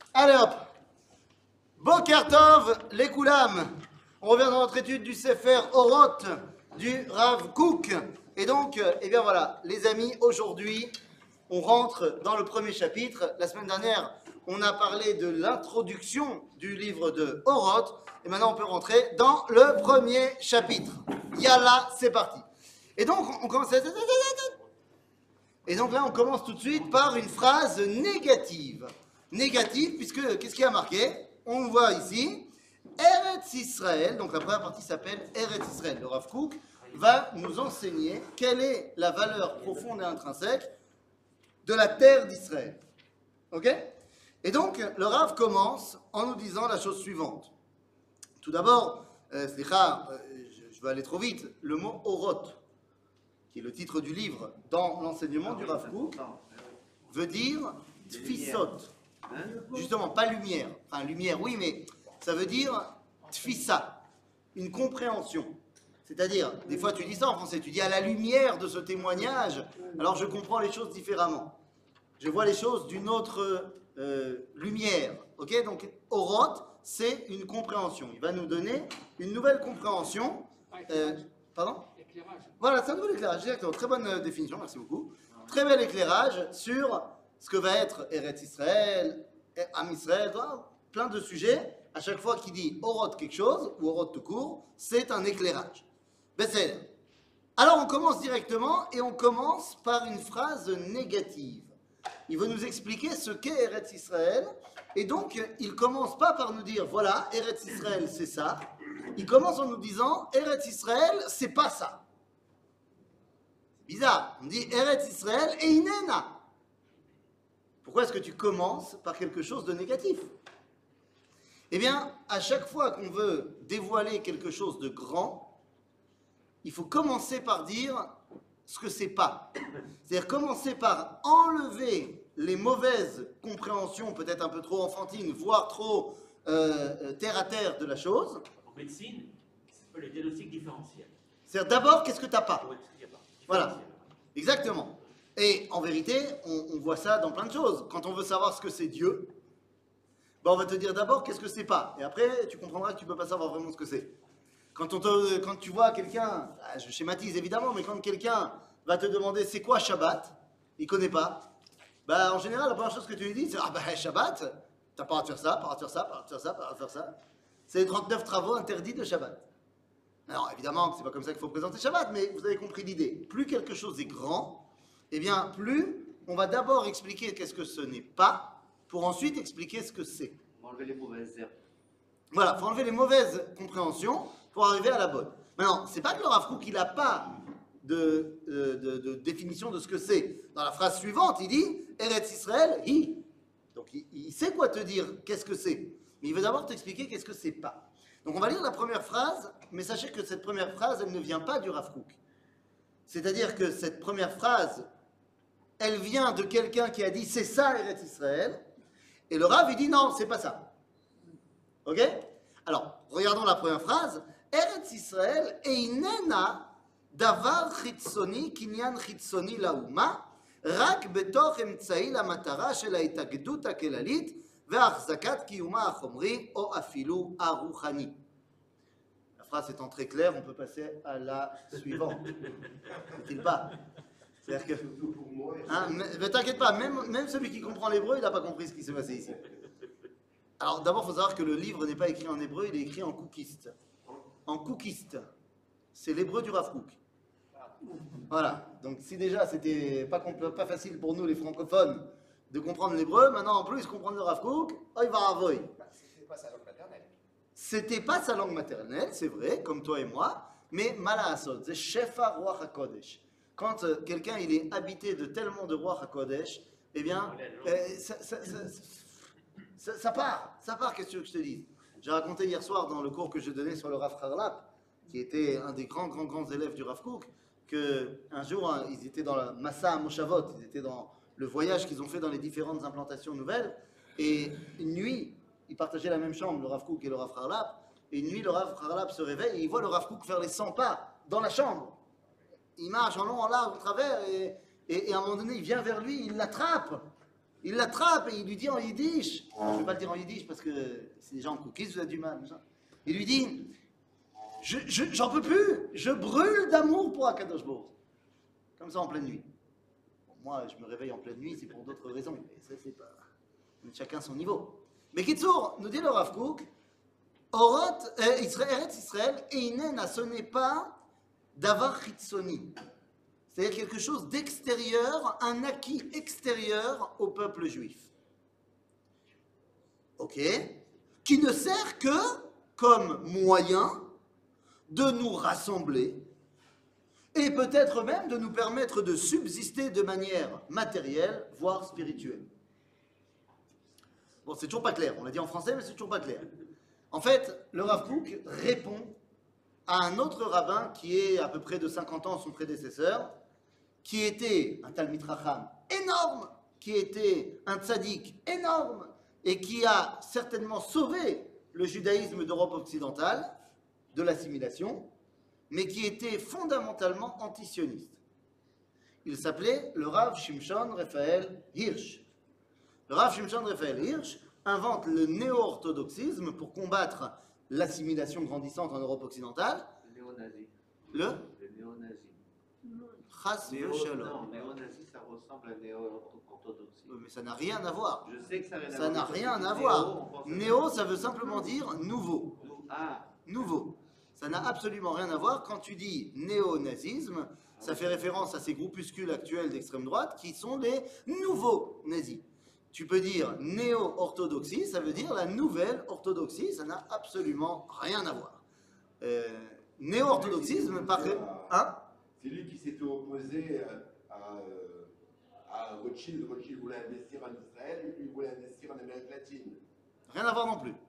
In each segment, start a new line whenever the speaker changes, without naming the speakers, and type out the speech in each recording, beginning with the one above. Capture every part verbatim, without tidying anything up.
Allez hop, Boker Tov, les Koulam. On revient dans notre étude du Sefer Oroth du Rav Kook. Et donc, eh bien voilà, les amis, aujourd'hui, on rentre dans le premier chapitre. La semaine dernière, on a parlé de l'introduction du livre de Oroth. Et maintenant, on peut rentrer dans le premier chapitre. Yalla, c'est parti. Et donc, on commence à... Et donc là, on commence tout de suite par une phrase négative. Négative, puisque, qu'est-ce qui a marqué? On le voit ici. Eretz Israël, donc la première partie s'appelle Eretz Israël. Le Rav Kook va nous enseigner quelle est la valeur profonde et intrinsèque de la terre d'Israël. Ok? Et donc, le Rav commence en nous disant la chose suivante. Tout d'abord, euh, slicha, euh, je, je vais aller trop vite, le mot Oroth, qui est le titre du livre dans l'enseignement du Rav Kook, veut dire tfisot. Justement, pas lumière. Enfin, lumière, oui, mais ça veut dire tfissa, une compréhension. C'est-à-dire, des fois tu dis ça en français, tu dis à la lumière de ce témoignage, alors je comprends les choses différemment. Je vois les choses d'une autre euh, lumière. Ok? Donc, Oroth, c'est une compréhension. Il va nous donner une nouvelle compréhension. Euh, pardon? Éclairage. Voilà, c'est un nouvel éclairage, exactement. Très bonne euh, définition, merci beaucoup. Très bel éclairage sur ce que va être Eretz Israël, Am Israël, plein de sujets. À chaque fois qu'il dit Oroth quelque chose, ou Oroth tout court, c'est un éclairage. Besséder. Alors on commence directement et on commence par une phrase négative. Il veut nous expliquer ce qu'est Eretz Israël. Et donc, il commence pas par nous dire, voilà, Eretz Israël, c'est ça. Il commence en nous disant, Eretz Israël, c'est pas ça. C'est bizarre. On dit Eretz Israël et Inena. Pourquoi est-ce que tu commences par quelque chose de négatif? Eh bien, à chaque fois qu'on veut dévoiler quelque chose de grand, il faut commencer par dire ce que c'est pas. C'est-à-dire commencer par enlever les mauvaises compréhensions, peut-être un peu trop enfantines, voire trop euh, terre à terre de la chose.
En médecine, ça s'appelle le diagnostic différentiel.
C'est-à-dire d'abord, qu'est-ce que tu n'as pas?
Ouais, ce qu'il y a pas.
Voilà, exactement. Et en vérité, on, on voit ça dans plein de choses. Quand on veut savoir ce que c'est Dieu, ben on va te dire d'abord qu'est-ce que c'est pas. Et après, tu comprendras que tu ne peux pas savoir vraiment ce que c'est. Quand, on te, quand tu vois quelqu'un, je schématise évidemment, mais quand quelqu'un va te demander c'est quoi Shabbat, il ne connaît pas, bah, en général, la première chose que tu lui dis, c'est ah ben Shabbat, tu n'as pas à faire ça, pas à faire ça, pas à faire ça, pas à faire ça. C'est les trente-neuf travaux interdits de Shabbat. Alors évidemment, c'est pas comme ça qu'il faut présenter Shabbat, mais vous avez compris l'idée. Plus quelque chose est grand, eh bien, plus on va d'abord expliquer qu'est-ce que ce n'est pas, pour ensuite expliquer ce que c'est.
On va enlever les mauvaises herbes.
Voilà, il faut enlever les mauvaises compréhensions pour arriver à la bonne. Maintenant, c'est pas que le Rav Kook, il n'a pas de, de, de, de définition de ce que c'est. Dans la phrase suivante, il dit Eretz Israël, hi. Donc il, il sait quoi te dire, qu'est-ce que c'est. Mais il veut d'abord t'expliquer qu'est-ce que c'est pas. Donc on va lire la première phrase, mais sachez que cette première phrase, elle ne vient pas du Rav Kook. C'est-à-dire que cette première phrase, elle vient de quelqu'un qui a dit c'est ça Eretz Israël, et le Rav il dit non, c'est pas ça. Ok? Alors, regardons la première phrase. Eretz Israël einena davar chitzoni kinyan chitzoni lauma rak betoch emtsai lamatara shel ההתאגדות הכללית והחזקת קיומה החומרי או אפילו הרוחני. La phrase étant très claire, on peut passer à la suivante. N'est-il pas? C'est-à-dire que... Hein, mais, mais t'inquiète pas, même, même celui qui comprend l'hébreu, il n'a pas compris ce qui s'est passé ici. Alors d'abord, il faut savoir que le livre n'est pas écrit en hébreu, il est écrit en koukiste. En koukiste. C'est l'hébreu du Rav Kook. Voilà. Donc si déjà c'était pas, pas facile pour nous les francophones de comprendre l'hébreu, maintenant en plus comprendre le Rav Kook, oh il va avoyer.
C'était pas sa langue maternelle.
C'était pas sa langue maternelle, c'est vrai, comme toi et moi, mais Malaasot, c'est Shefa Ruach HaKodesh. Quand euh, quelqu'un il est habité de tellement de Ruach HaKodesh, eh bien, euh, ça, ça, ça, ça, ça part, ça part, qu'est-ce que tu veux que je te dise? J'ai raconté hier soir dans le cours que je donnais sur le Rav Harlap, qui était un des grands, grands, grands élèves du Rav Kook, qu'un jour, hein, ils étaient dans la Massa Moshavot, ils étaient dans le voyage qu'ils ont fait dans les différentes implantations nouvelles, et une nuit, ils partageaient la même chambre, le Rav Kook et le Rav Harlap, et une nuit, le Rav Harlap se réveille et il voit le Rav Kook faire les cent pas dans la chambre. Il marche en long, en large, au travers, et, et, et à un moment donné, il vient vers lui, il l'attrape. Il l'attrape et il lui dit en yiddish, je ne vais pas le dire en yiddish parce que c'est des gens cookies, vous avez du mal. Il lui dit, je, je, j'en peux plus, je brûle d'amour pour Akadosh Baruch. Comme ça en pleine nuit. Bon, moi, je me réveille en pleine nuit, c'est pour d'autres raisons. Mais ça, c'est pas... Chacun son niveau. Mais Kitsour, nous dit le Rav Kook, Orot, euh, Israël, Eretz Israël, Einen, ce n'est pas d'avar chitzoni. C'est-à-dire quelque chose d'extérieur, un acquis extérieur au peuple juif. Ok? Qui ne sert que comme moyen de nous rassembler et peut-être même de nous permettre de subsister de manière matérielle, voire spirituelle. Bon, c'est toujours pas clair. On l'a dit en français, mais c'est toujours pas clair. En fait, le Rav Kook répond à un autre rabbin qui est à peu près de cinquante ans son prédécesseur, qui était un Talmid Racham énorme, qui était un tzaddik énorme, et qui a certainement sauvé le judaïsme d'Europe occidentale de l'assimilation, mais qui était fondamentalement antisioniste. Il s'appelait le Rav Shimshon Raphaël Hirsch. Le Rav Shimshon Raphaël Hirsch invente le néo-orthodoxisme pour combattre l'assimilation grandissante en Europe occidentale.
Le néo-nazi.
Le
Le néo-nazi.
Chas
Néo,
v'shalom.
non, néo-nazi, ça ressemble à néo-orthodoxie.
Oui, mais ça n'a rien à voir.
Je sais que ça n'a rien à
Ça
voir.
n'a rien à
Néo,
voir.
on pense à-
Néo, ça veut simplement dire nouveau.
Ah,
Nouveau. Ça n'a absolument rien à voir. Quand tu dis néo-nazisme, ça fait référence à ces groupuscules actuels d'extrême droite qui sont les nouveaux nazis. Tu peux dire néo-orthodoxie, ça veut dire la nouvelle orthodoxie, ça n'a absolument rien à voir. Euh, néo-orthodoxisme, par hein?
C'est lui qui s'était opposé euh, à, euh, à Rothschild. Rothschild voulait investir en Israël, lui voulait investir en Amérique latine.
Rien à voir non plus.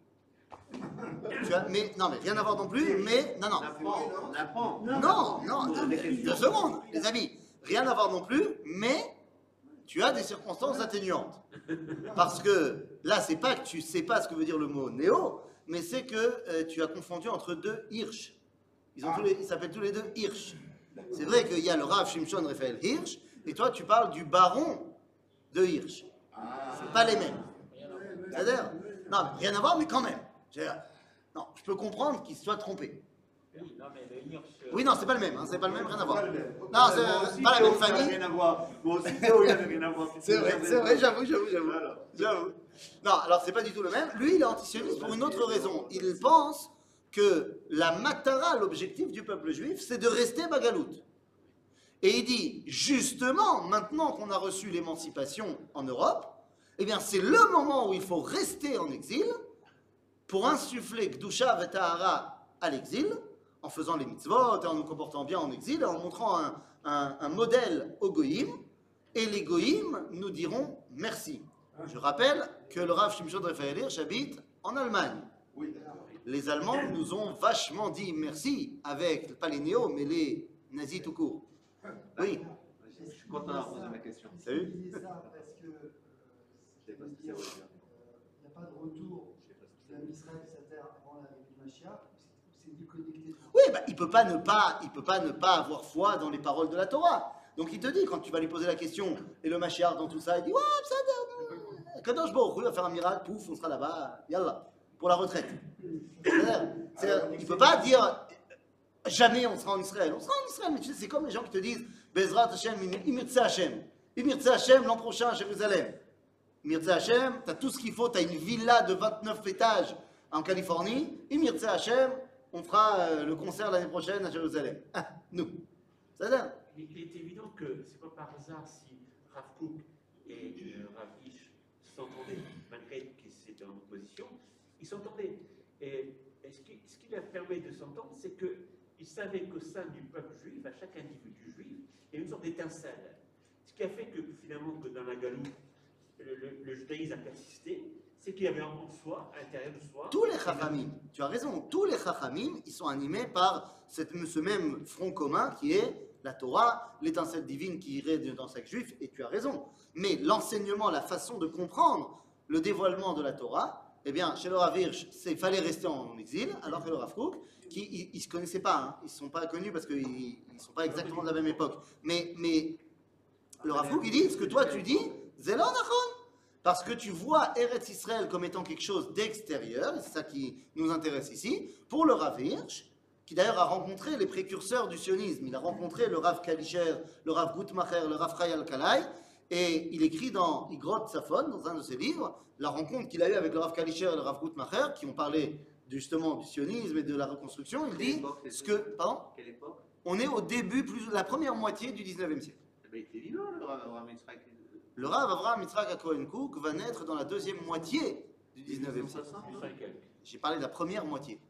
Tu as- mais, non, mais rien à voir non plus, mais... Non, non.
on apprend, on apprend.
Non, non,
On pose des questions.
deux secondes, les amis. Rien à voir non plus, mais tu as des circonstances atténuantes. Parce que là, c'est pas que tu sais pas ce que veut dire le mot néo, mais c'est que euh, tu as confondu entre deux Hirsch. Ils, ont tous les- ils s'appellent tous les deux Hirsch. C'est vrai qu'il y a le Rav Shimshon Raphaël Hirsch, et toi, tu parles du baron de Hirsch. C'est pas les mêmes. C'est-à-dire, non, mais rien à voir, mais quand même. Je veux dire, non, je peux comprendre qu'il se soit trompé.
Oui, non, mais le Hirsch, euh,
Oui, non, c'est pas le même, hein, c'est pas le même, rien à voir.
Pas le même.
Non,
Moi
c'est
aussi,
pas la
Théo,
même
ça n'a
famille.
rien à voir. Moi aussi, Théo, il n'avait rien à voir.
C'est vrai, c'est vrai, j'avoue, j'avoue, j'avoue.
Voilà.
J'avoue. Non, alors c'est pas du tout le même. Lui, il est antisioniste pour une autre raison. Il pense que la matara, l'objectif du peuple juif, c'est de rester bagalout. Et il dit, justement, maintenant qu'on a reçu l'émancipation en Europe, eh bien, c'est le moment où il faut rester en exil pour insuffler Gdusha et Tahara à l'exil, en faisant les mitzvot et en nous comportant bien en exil, et en montrant un, un- un modèle aux goïm, et les goïm nous diront merci. Je rappelle que le Rav Shimshon Raphaël Hirsch habite en Allemagne.
Oui, d'accord.
Les Allemands nous ont vachement dit merci, avec, pas les néos, mais les nazis tout court. Oui,
Je suis content d'avoir posé ma question.
T'as vu?
Il disait ça parce que euh,
Je sais pas ce que ça
il
veut dire.
n'y a pas de retour
Je sais pas ce que
de
ça veut dire.
Israël sa terre avant l'arrivée du Mashiach, c'est déconnecté.
oui, bah, il peut pas ne pas, il peut pas ne pas avoir foi dans les paroles de la Torah. Donc il te dit, quand tu vas lui poser la question, et le Mashiach dans tout ça, il dit, ouais, ça, Kadosh Baruch Hu va faire un miracle, pouf, on sera là-bas, yallah, pour la retraite. C'est-à-dire, c'est- il peut pas dire, jamais on sera en Israël. On sera en Israël, mais tu sais, c'est comme les gens qui te disent, Bezrat Hashem, Imirtse Hashem. Imirtse Hashem, l'an prochain à Jérusalem. Imirtse Hashem, tu as tout ce qu'il faut, tu as une villa de vingt-neuf étages en Californie. Imirtse Hashem, on fera euh, le concert l'année prochaine à Jérusalem. Ah, nous. C'est-à-dire,
il il est évident que c'est pas par hasard si Rav Kook et euh, Rav Hirsch s'entendaient, malgré qu'ils étaient en opposition, ils s'entendaient. Et, et ce, qui, ce qui leur permet de s'entendre, c'est qu'ils savaient qu'au sein du peuple juif, à chaque individu juif, il y a une sorte d'étincelle. Ce qui a fait que finalement, que dans la Galoute, le, le, le judaïsme a persisté, c'est qu'il y avait en soi, à l'intérieur de soi,
tous les chachamim, tu as raison, tous les chachamim, ils sont animés par cette, ce même front commun qui est la Torah, l'étincelle divine qui irait dans chaque juif, et tu as raison. Mais l'enseignement, la façon de comprendre le dévoilement de la Torah, eh bien, chez le Rav Hirsch, il fallait rester en exil, alors que le Rav Kook, qui, ils ne se connaissaient pas, hein, ils ne sont pas connus parce qu'ils ne sont pas exactement de la même époque. Mais, mais le Rav Kook, il dit, ce que toi tu dis, Zélo Nachon, Parce que tu vois Eretz Israël comme étant quelque chose d'extérieur, et c'est ça qui nous intéresse ici, pour le Rav Hirsch, qui d'ailleurs a rencontré les précurseurs du sionisme. Il a rencontré le Rav Kalischer, le Rav Guttmacher, le Rav Chayal Kalai, et il écrit dans Igrot Safon, dans un de ses livres, la rencontre qu'il a eue avec le Rav Kalischer et le Rav Guttmacher, qui ont parlé justement du sionisme et de la reconstruction. Il dit ce que... Pardon ?
Quelle époque?
On est au début, plus la première moitié du dix-neuvième siècle.
Il était vivant, le Rav Yitzhak.
Le Rav Avraham Yitzhak Cohen Kook va naître dans la deuxième moitié du dix-neuvième siècle. J'ai parlé de la première moitié.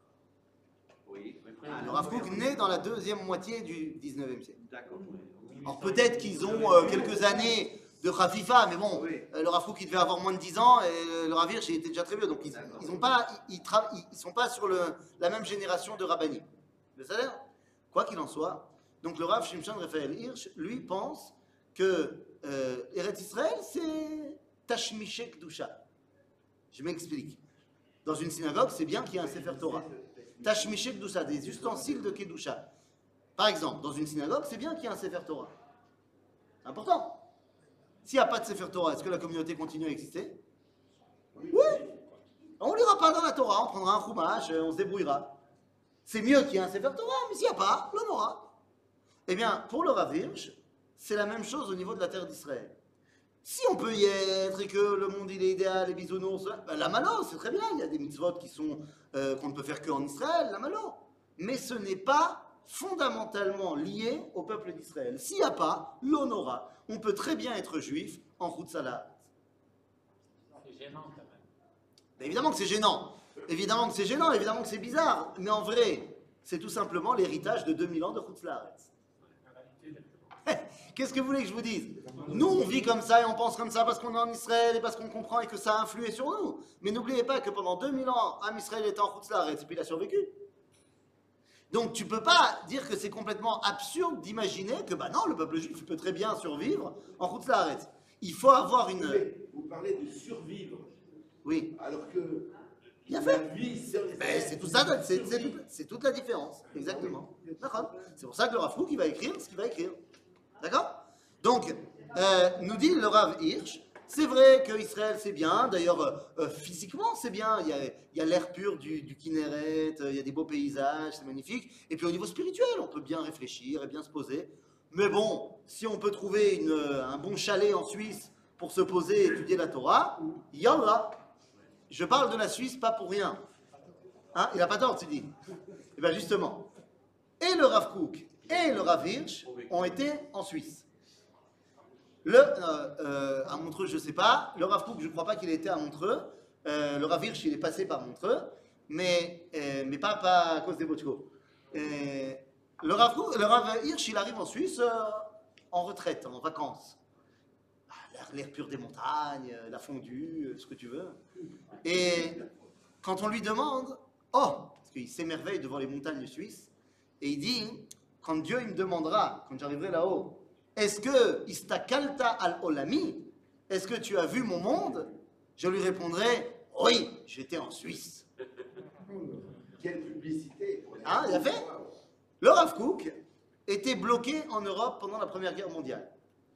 Oui.
Le Rav Kook naît dans la deuxième moitié du dix-neuvième siècle.
D'accord.
Alors peut-être qu'ils ont euh, quelques années de Khafifa, mais bon,
Oui.
euh, le Rav Kook il devait avoir moins de dix ans et le Rav Hirsch il était déjà très vieux, donc ils
D'accord.
ils ont pas, ils, ils, tra- ils- ils sont pas sur le, la même génération de Rabbani. Vous savez, quoi qu'il en soit, donc le Rav Shimshon Raphaël Hirsch, lui, pense que euh, Eretz Israël, c'est Tashmiché Kedusha. Je m'explique. Dans une synagogue, c'est bien qu'il y ait un Sefer Torah. Tashmiché Kedusha, des ustensiles de Kedusha. Par exemple, dans une synagogue, c'est bien qu'il y ait un Sefer Torah. C'est important. S'il n'y a pas de Sefer Torah, est-ce que la communauté continue à exister? Oui. On ne lira pas dans la Torah, on prendra un chumash, on se débrouillera. C'est mieux qu'il y ait un Sefer Torah, mais s'il n'y a pas, l'on aura. Eh bien, pour le Rav Hirsch, c'est la même chose au niveau de la terre d'Israël. Si on peut y être et que le monde il est idéal, les bisounours, ben, la malo, c'est très bien, il y a des mitzvot qui sont, euh, qu'on ne peut faire qu'en Israël, la malo. Mais ce n'est pas fondamentalement lié au peuple d'Israël. S'il n'y a pas, l'on aura. On peut très bien être juif en Routsalat.
C'est gênant quand même.
Ben, évidemment que c'est gênant. Évidemment que c'est gênant, évidemment que c'est bizarre. Mais en vrai, c'est tout simplement l'héritage de deux mille ans de Routsalat. Qu'est-ce que vous voulez que je vous dise? Nous, on vit comme ça et on pense comme ça parce qu'on est en Israël et parce qu'on comprend et que ça a influé sur nous. Mais n'oubliez pas que pendant deux mille ans, Am Israël était en Routsalat et puis il a survécu. Donc tu peux pas dire que c'est complètement absurde d'imaginer que bah non, le peuple juif peut très bien survivre en Routsalat. Il faut avoir une...
Mais vous parlez de survivre,
Oui.
alors que
Bien
la
fait.
vie, c'est
Ben, c'est tout ça, c'est c'est toute, c'est toute la différence. Exactement. D'accord. C'est pour ça que le Rav Kook, il va écrire ce qu'il va écrire. D'accord. Donc, euh, nous dit le Rav Hirsch, c'est vrai que Israël c'est bien, d'ailleurs euh, euh, physiquement c'est bien, il y a, il y a l'air pur du, du Kinneret, euh, il y a des beaux paysages, c'est magnifique, et puis au niveau spirituel, on peut bien réfléchir et bien se poser. Mais bon, si on peut trouver une, euh, un bon chalet en Suisse pour se poser et étudier la Torah, yallah. Je parle de la Suisse pas pour rien. Hein, il n'a pas tort, tu dis. Et bien justement, et le Rav Kook et le Rav Hirsch ont été en Suisse. Le, euh, euh, à Montreux, je ne sais pas. Le Rav Kook, je ne crois pas qu'il ait été à Montreux. Euh, le Rav Hirsch, il est passé par Montreux, mais, euh, mais pas, pas à cause des Bochko. Euh, le, Rav Kook, le Rav Hirsch, il arrive en Suisse euh, en retraite, en vacances. Ah, l'air- L'air pur des montagnes, euh, la fondue, euh, ce que tu veux. Et quand on lui demande, oh, parce qu'il s'émerveille devant les montagnes suisses, et il dit, quand Dieu il me demandera, quand j'arriverai là-haut, est-ce que istakalta al olami, est-ce que tu as vu mon monde? Je lui répondrai, oui, j'étais en Suisse.
quelle publicité.
Ah, il a fait? Le Rav Kook était bloqué en Europe pendant la Première Guerre mondiale.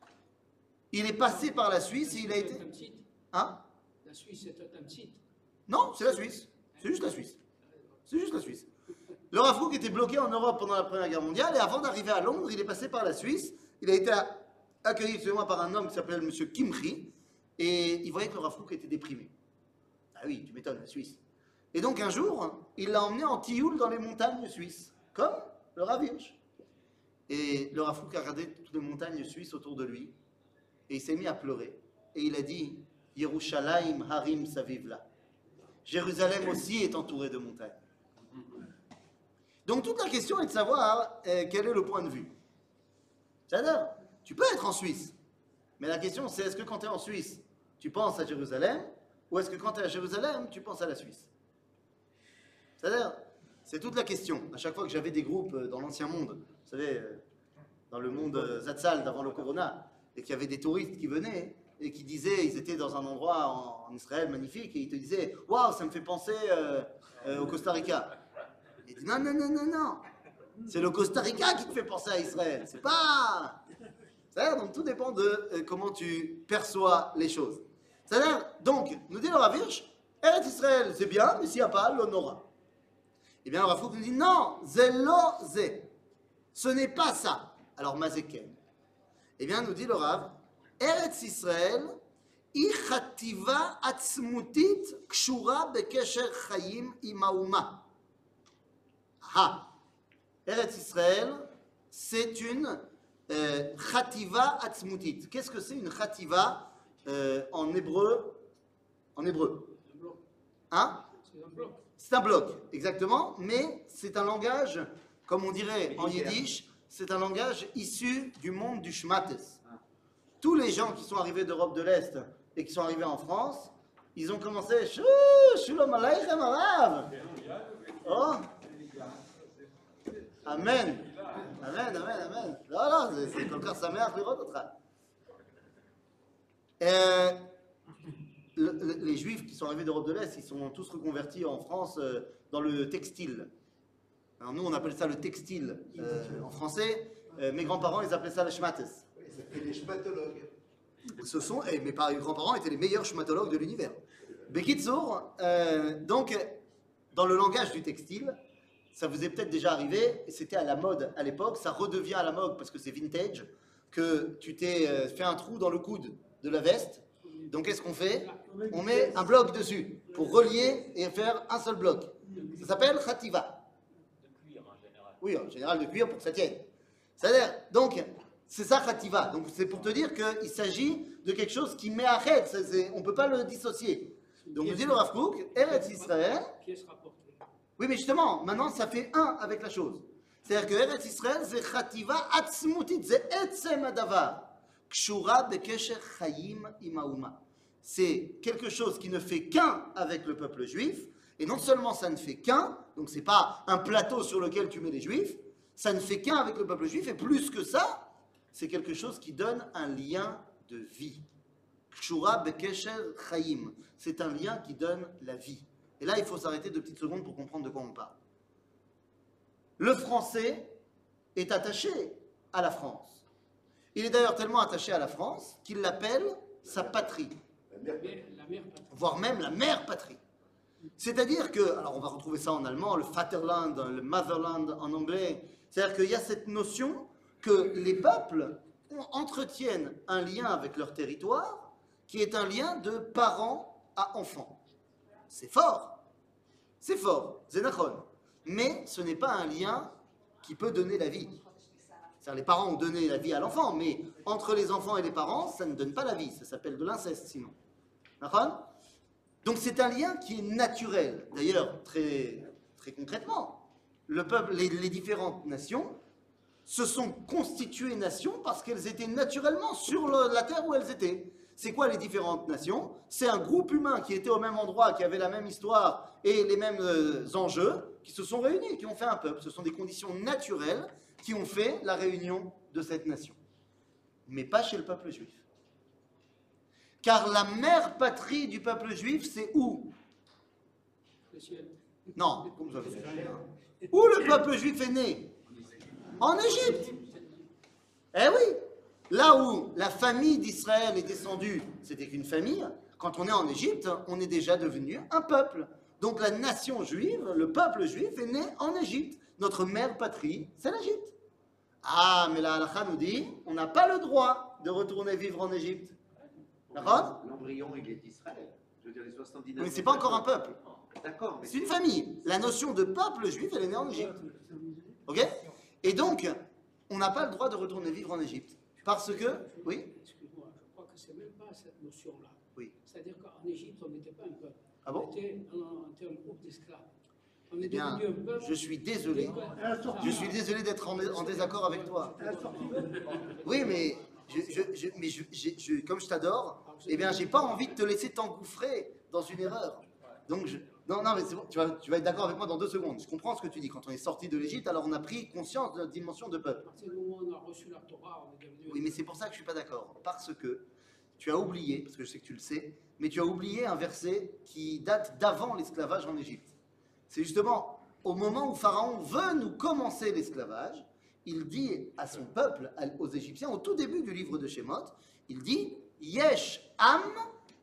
Il est passé par la Suisse et il a été...
C'est un site.
Hein?
La Suisse, c'est un site.
Non, c'est la Suisse. C'est juste la Suisse. C'est juste la Suisse. Le Rav Kook était bloqué en Europe pendant la Première Guerre mondiale et avant d'arriver à Londres, il est passé par la Suisse. Il a été accueilli, excusez-moi, par un homme qui s'appelle M. Kimchi et il voyait que le Rav Kook était déprimé. Ah oui, tu m'étonnes, la Suisse. Et donc un jour, il l'a emmené en tioul dans les montagnes suisses, comme le Rav Hirsch. Et le Rav Kook a regardé toutes les montagnes suisses autour de lui et il s'est mis à pleurer. Et il a dit, Yerushalayim harim savivla. Jérusalem aussi est entourée de montagnes. Donc toute la question est de savoir euh, quel est le point de vue. C'est-à-dire, tu peux être en Suisse, mais la question c'est est-ce que quand tu es en Suisse, tu penses à Jérusalem, ou est-ce que quand tu es à Jérusalem, tu penses à la Suisse? C'est-à-dire, c'est toute la question. À chaque fois que j'avais des groupes euh, dans l'ancien monde, vous savez, euh, dans le monde euh, Zatzal d'avant le Corona, et qu'il y avait des touristes qui venaient et qui disaient, ils étaient dans un endroit en, en Israël magnifique, et ils te disaient, waouh, ça me fait penser euh, euh, au Costa Rica. Il dit, non, non, non, non, non. C'est le Costa Rica qui te fait penser à Israël. C'est pas... C'est-à-dire, donc tout dépend de euh, comment tu perçois les choses. C'est-à-dire, donc, nous dit le Rav Hirsch, Eretz Israël, c'est bien, mais s'il n'y a pas, l'honora. Eh bien, le Rav Kook nous dit, non, zelo ze. Ce n'est pas ça. Alors, mazeken. Eh bien, nous dit le Rav, Eretz Israël, היא חטיבה עצמותית קשורה בקשר חיים עם האומה. Ah, Eretz Israël, c'est une euh, chativa atzmutit. Qu'est-ce que c'est une chativa euh, en hébreu? En hébreu.
Un bloc.
Hein?
C'est un bloc.
C'est un bloc, exactement, mais c'est un langage, comme on dirait en yiddish, c'est un langage issu du monde du shmates. Tous les gens qui sont arrivés d'Europe de l'Est et qui sont arrivés en France, ils ont commencé Shou, Shalom Aleichem Arav. Oh, Amen. Amen, Amen, Amen. Non, non, c'est- c'est encore sa mère qui rentre. Euh, le- le- les Juifs qui sont arrivés d'Europe de l'Est, ils sont tous reconvertis en France euh, dans le textile. Alors nous, on appelle ça le textile euh, en français. Euh, mes grands-parents, ils appelaient ça le shmates.
Oui, ça fait des schmatologues.
Ce sont, et mes par- grands-parents étaient les meilleurs schmatologues de l'univers. Bekitsour, euh, donc, dans le langage du textile, ça vous est peut-être déjà arrivé, et c'était à la mode à l'époque, ça redevient à la mode parce que c'est vintage, que tu t'es euh, fait un trou dans le coude de la veste. Donc, qu'est-ce qu'on fait? On met un bloc dessus pour relier et faire un seul bloc. Ça s'appelle khativa.
De cuir en général.
Oui, en général de cuir pour que ça tienne. C'est-à-dire, donc, c'est ça khativa. Donc, c'est pour te dire qu'il s'agit de quelque chose qui met à arrêt. On ne peut pas le dissocier. Donc, nous dit le Rav Kook, Eretz Israël.
Pièce rapportée.
Oui, mais justement, maintenant, ça fait un avec la chose. C'est-à-dire que Eretz Israël, c'est khativa atzmutit, c'est etzem adavar. Kshura bekesher chayim im hauma. C'est quelque chose qui ne fait qu'un avec le peuple juif. Et non seulement ça ne fait qu'un, donc c'est pas un plateau sur lequel tu mets les juifs, ça ne fait qu'un avec le peuple juif. Et plus que ça, c'est quelque chose qui donne un lien de vie. Kshura bekesher chayim. C'est un lien qui donne la vie. Et là, il faut s'arrêter deux petites secondes pour comprendre de quoi on parle. Le français est attaché à la France. Il est d'ailleurs tellement attaché à la France qu'il l'appelle sa patrie,
La mère,
Mais la mère patrie.
voire même la mère patrie. C'est-à-dire que, alors on va retrouver ça en allemand, le Vaterland, le Motherland en anglais, c'est-à-dire qu'il y a cette notion que les peuples entretiennent un lien avec leur territoire qui est un lien de parents à enfants. C'est fort, c'est fort, Zénachon. Mais ce n'est pas un lien qui peut donner la vie. C'est-à-dire, les parents ont donné la vie à l'enfant, mais entre les enfants et les parents, ça ne donne pas la vie. Ça s'appelle de l'inceste, sinon. D'accord? Donc, c'est un lien qui est naturel. D'ailleurs, très, très concrètement, le peuple, les, les différentes nations se sont constituées nations parce qu'elles étaient naturellement sur le- la terre où elles étaient. C'est quoi les différentes nations? C'est un groupe humain qui était au même endroit, qui avait la même histoire et les mêmes euh, enjeux, qui se sont réunis, qui ont fait un peuple. Ce sont des conditions naturelles qui ont fait la réunion de cette nation. Mais pas chez le peuple juif. Car la mère patrie du peuple juif, c'est où?
Le ciel.
Non, comme ça, c'est- où le peuple juif est né? En Égypte. Eh oui, là où la famille d'Israël est descendue, c'était qu'une famille. Quand on est en Égypte, on est déjà devenu un peuple. Donc la nation juive, le peuple juif est né en Égypte. Notre mère patrie, c'est l'Égypte. Ah, mais la halakha nous dit, on n'a pas le droit de retourner vivre en Égypte. D'accord?
L'embryon, il est d'Israël. Je veux dire, les soixante-dix-neuf.
Mais c'est pas encore un peuple.
D'accord, mais
C'est une famille. La notion de peuple juif, elle est née en Égypte. Ok? Et donc, on n'a pas le droit de retourner vivre en Égypte. Parce que, oui?
Excuse-moi, je crois que c'est même pas cette notion-là.
Oui.
C'est-à-dire qu'en Égypte, on n'était pas un peuple.
Ah bon?
On était un, on était un groupe d'esclaves. On est
Eh bien,
devenu un peuple.
je suis désolé. Je suis désolé d'être en, en désaccord avec toi. Oui, mais, je, je, je- mais je- je- je- comme je t'adore, eh bien, j'ai pas envie de te laisser t'engouffrer dans une erreur. Donc, je, non, non, mais c'est bon, tu vas, tu vas être d'accord avec moi dans deux secondes. Je comprends ce que tu dis. Quand on est sorti de l'Égypte, alors on a pris conscience de notre dimension de
À
peuple.
partir du moment où on a reçu la Torah, on est devenu.
Oui, mais c'est pour ça que je suis pas d'accord. Parce que tu as oublié, parce que je sais que tu le sais, mais tu as oublié un verset qui date d'avant l'esclavage en Égypte. C'est justement au moment où Pharaon veut nous commencer l'esclavage, il dit à son peuple, à- aux Égyptiens, au tout début du livre de Shemot, il dit Yesh Am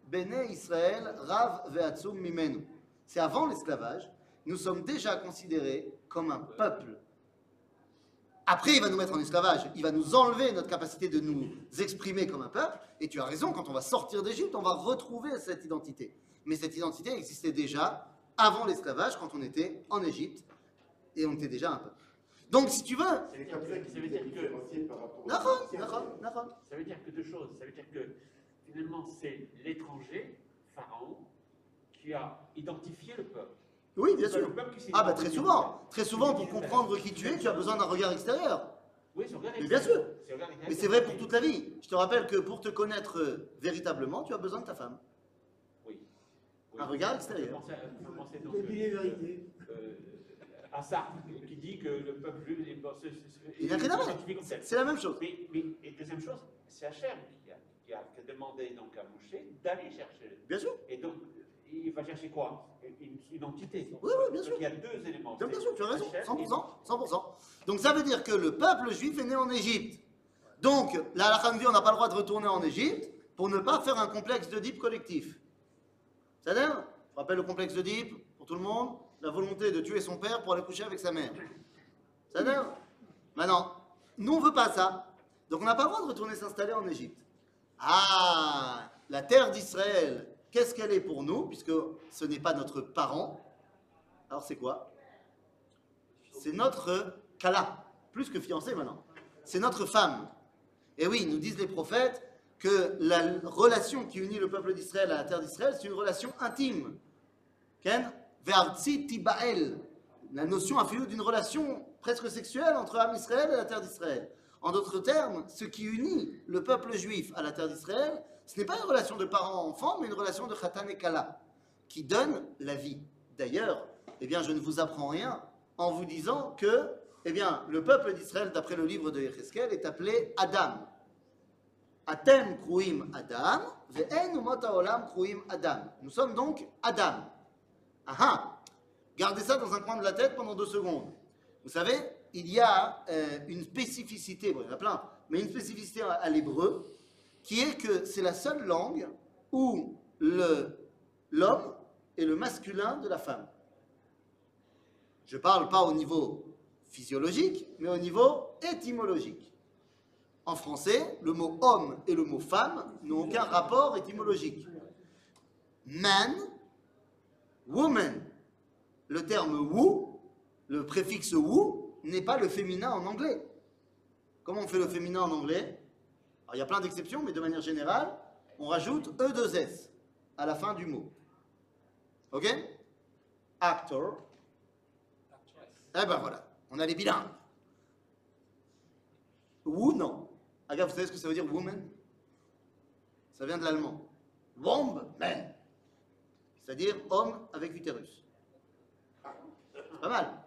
Bene Israël Rav ve'atzum mimenu. C'est avant l'esclavage, nous sommes déjà considérés comme un peuple. Après, il va nous mettre en esclavage, il va nous enlever notre capacité de nous exprimer comme un peuple, et tu as raison, quand on va sortir d'Égypte, on va retrouver cette identité. Mais cette identité existait déjà avant l'esclavage, quand on était en Égypte, et on était déjà un peuple. Donc, si tu veux...
C'est comme ça qu'il s'est différencié par rapport aux
D'accord,
Égyptiens.
d'accord, d'accord.
Ça veut dire que deux choses. Ça veut dire que finalement, c'est l'étranger, Pharaon, qui a identifié le peuple.
Oui, bien
C'est pas
sûr.
le peuple qui s'est
Ah bah très
identifié.
souvent. Très souvent, pour comprendre qui tu es, tu as besoin d'un regard extérieur.
Oui, c'est regard
Mais bien sûr.
extérieur. C'est regard
Mais
extérieur.
c'est vrai pour toute la vie. Je te rappelle que pour te connaître euh, véritablement, tu as besoin de ta femme.
Oui.
Un regard extérieur.
Faut penser à- faut penser donc,
Il a dit les vérités.
euh, à Sartre, qui dit que le peuple juif est bon, se- se- se-
Il n'a rien à voir.
s'identifié comme tel.
C'est la même chose.
Mais, mais et deuxième chose, c'est Hachem qui a, qui, a, qui a demandé donc à Moshe d'aller chercher.
Bien sûr.
Et donc, il va chercher quoi? Une identité.
Oui, oui, bien sûr.
Donc, il y a deux éléments.
Bien, bien
C'est
sûr, tu as raison.
Hachem
cent pour
et-
cent. cent pour cent. Donc ça veut dire que le peuple juif est né en Égypte. Donc, la halakha nous dit on n'a pas le droit de retourner en Égypte pour ne pas faire un complexe d'Oedipe collectif. C'est-à-dire, je rappelle le complexe d'Oedipe, pour tout le monde, la volonté de tuer son père pour aller coucher avec sa mère. C'est-à-dire, maintenant, nous on ne veut pas ça. Donc on n'a pas le droit de retourner s'installer en Égypte. Ah, la terre d'Israël, qu'est-ce qu'elle est pour nous, puisque ce n'est pas notre parent. Alors c'est quoi? C'est notre kala, plus que fiancée maintenant. C'est notre femme. Et oui, nous disent les prophètes que la relation qui unit le peuple d'Israël à la terre d'Israël, c'est une relation intime. Ken Ve'artzi tibael. La notion affilue d'une relation presque sexuelle entre Am Israël et la terre d'Israël. En d'autres termes, ce qui unit le peuple juif à la terre d'Israël, ce n'est pas une relation de parent-enfant, mais une relation de khatan et kala, qui donne la vie. D'ailleurs, eh bien, je ne vous apprends rien en vous disant que eh bien, le peuple d'Israël, d'après le livre de Yecheskel, est appelé Adam. Atem kruim Adam, ve'en umot haolam kruim Adam. Nous sommes donc Adam. Aha. Gardez ça dans un coin de la tête pendant deux secondes. Vous savez, il y a euh, une spécificité, bon, il y en a plein, mais une spécificité à, à l'hébreu, qui est que c'est la seule langue où le- l'homme est le masculin de la femme. Je ne parle pas au niveau physiologique, mais au niveau étymologique. En français, le mot homme et le mot femme n'ont aucun rapport étymologique. Man, woman. Le terme woo, le préfixe woo, n'est pas le féminin en anglais. Comment on fait le féminin en anglais? Alors, il y a plein d'exceptions, mais de manière générale, on rajoute E deux S à la fin du mot. Ok? Actor. Eh ben voilà, on a les bilingues. Woo, non. Ah, gars, vous savez ce que ça veut dire woman? Ça vient de l'allemand. Womb, man. C'est-à-dire homme avec utérus. C'est pas mal.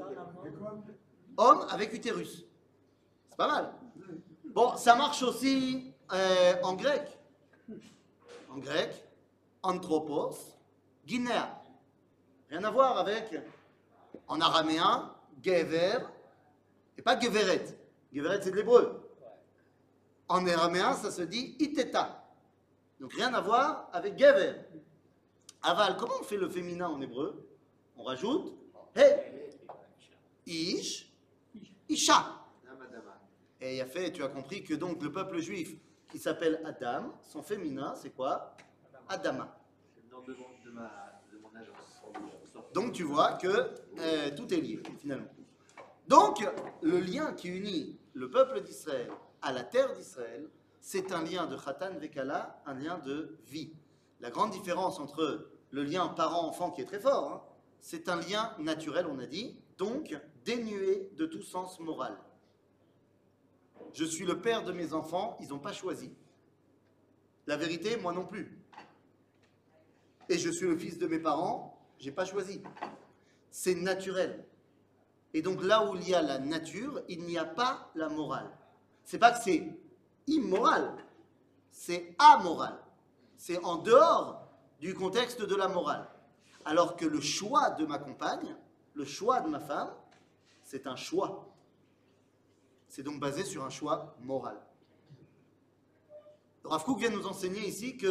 Homme avec utérus. C'est pas mal. Bon, ça marche aussi euh, en grec. En grec, anthropos, guinéa. Rien à voir avec, en araméen, gever, et pas geveret. Geveret, c'est de l'hébreu. En araméen, ça se dit iteta. Donc rien à voir avec gever. Aval, comment on fait le féminin en hébreu? On rajoute he, ish, isha. Et il a fait, tu as compris que donc le peuple juif qui s'appelle Adam, son féminin, c'est quoi? Adama.
C'est le nom de mon, de ma, de mon agence.
Donc tu vois que euh, tout est lié finalement. Donc le lien qui unit le peuple d'Israël à la terre d'Israël, c'est un lien de Khatan Vekala, un lien de vie. La grande différence entre le lien parent-enfant qui est très fort, hein, c'est un lien naturel, on a dit, donc dénué de tout sens moral. Je suis le père de mes enfants, ils n'ont pas choisi. La vérité, moi non plus. Et je suis le fils de mes parents, j'ai pas choisi. C'est naturel. Et donc là où il y a la nature, il n'y a pas la morale. C'est pas que c'est immoral, c'est amoral. C'est en dehors du contexte de la morale. Alors que le choix de ma compagne, le choix de ma femme, c'est un choix. C'est donc basé sur un choix moral. Rav Kook vient nous enseigner ici que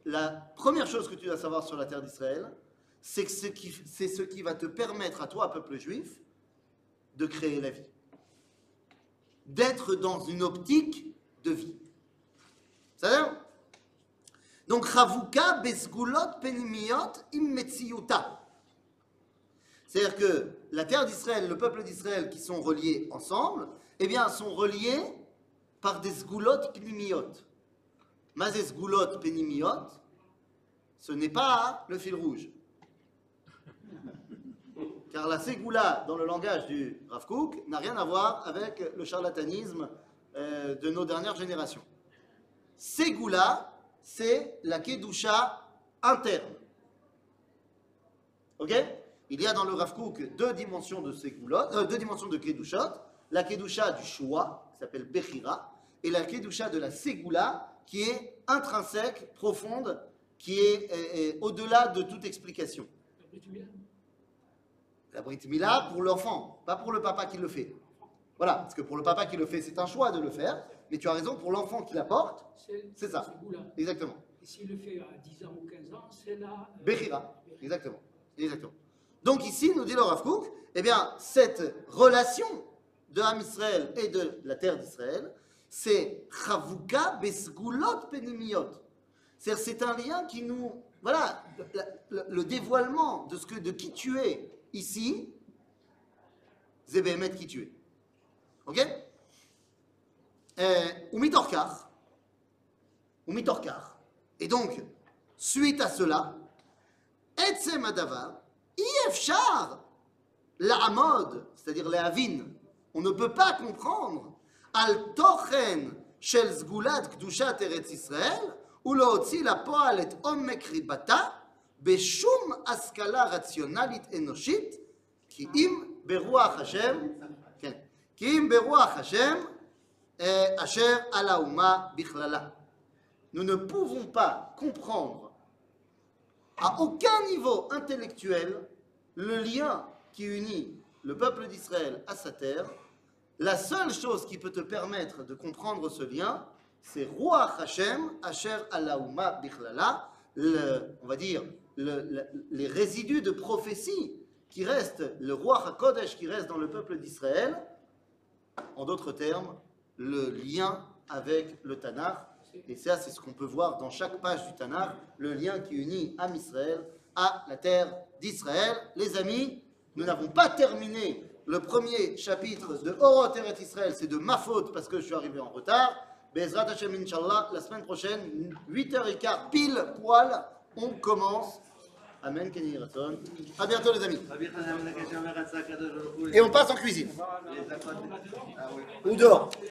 la première chose que tu dois savoir sur la terre d'Israël, c'est que ce qui, c'est ce qui va te permettre à toi, peuple juif, de créer la vie. D'être dans une optique de vie. C'est-à-dire, donc, Chavuka besgulot penimiot immetziyuta. C'est-à-dire que la terre d'Israël, le peuple d'Israël qui sont reliés ensemble, eh bien, sont reliés par des sgulot penimiot. Mais des sgulot penimiot, ce n'est pas le fil rouge. Car la ségoula, dans le langage du Rav Kook, n'a rien à voir avec le charlatanisme euh, de nos dernières générations. Ségoula, c'est la kedusha interne. Ok? Il y a dans le Rav Kook deux dimensions de ségoulot, euh, deux dimensions de kedushot. La kedusha du choix, qui s'appelle Bechira, et la kedusha de la ségoula, qui est intrinsèque, profonde, qui est, est, est au-delà de toute explication. La Brit Mila pour l'enfant, pas pour le papa qui le fait. Voilà, parce que pour le papa qui le fait, c'est un choix de le faire, mais tu as raison, pour l'enfant qui l'apporte, c'est ça. Exactement.
Et s'il le fait à dix ans ou quinze ans, c'est la... Euh,
Bechira, exactement. Exactement. Donc ici, nous dit le Rav Kook, eh bien, cette relation de Ham Israël et de la terre d'Israël, c'est Chavuka besgulot penimiot. C'est-à-dire, c'est un lien qui nous... Voilà, le, le, le dévoilement de, ce que, de qui tu es ici, c'est Béhémet qui tu es. Ok? Ou mitorkar. Ou mitorkar. Et donc, suite à cela, Etzem Adavar, Iefchar, l'amod, c'est-à-dire les avin, on ne peut pas comprendre, al tochen shel zgulat kdushat eretz Israël, ou להוציא לפועל את עומק ריבתה בשום השכלה רציונלית אנושית, כי אם ברוח השם, כן, כי אם ברוח השם אשר על האומה בכללה. Nous ne pouvons pas comprendre à aucun niveau intellectuel le lien qui unit le peuple d'Israël à sa terre. La seule chose qui peut te permettre de comprendre ce lien, c'est Ruach Hashem, Asher Alaouma Bichlala, on va dire le, le, les résidus de prophétie qui restent, le Ruach HaKodesh qui reste dans le peuple d'Israël, en d'autres termes, le lien avec le Tanakh. Et ça, c'est ce qu'on peut voir dans chaque page du Tanakh, le lien qui unit Am Israël à la terre d'Israël. Les amis, nous n'avons pas terminé le premier chapitre de Orot Eretz Israël, c'est de ma faute parce que je suis arrivé en retard. Bezrat Hashem, Inch'Allah, la semaine prochaine, huit heures quinze, pile poil, on commence. Amen, Kenny Raton. À bientôt, les amis. Et on passe en cuisine. Ou dehors.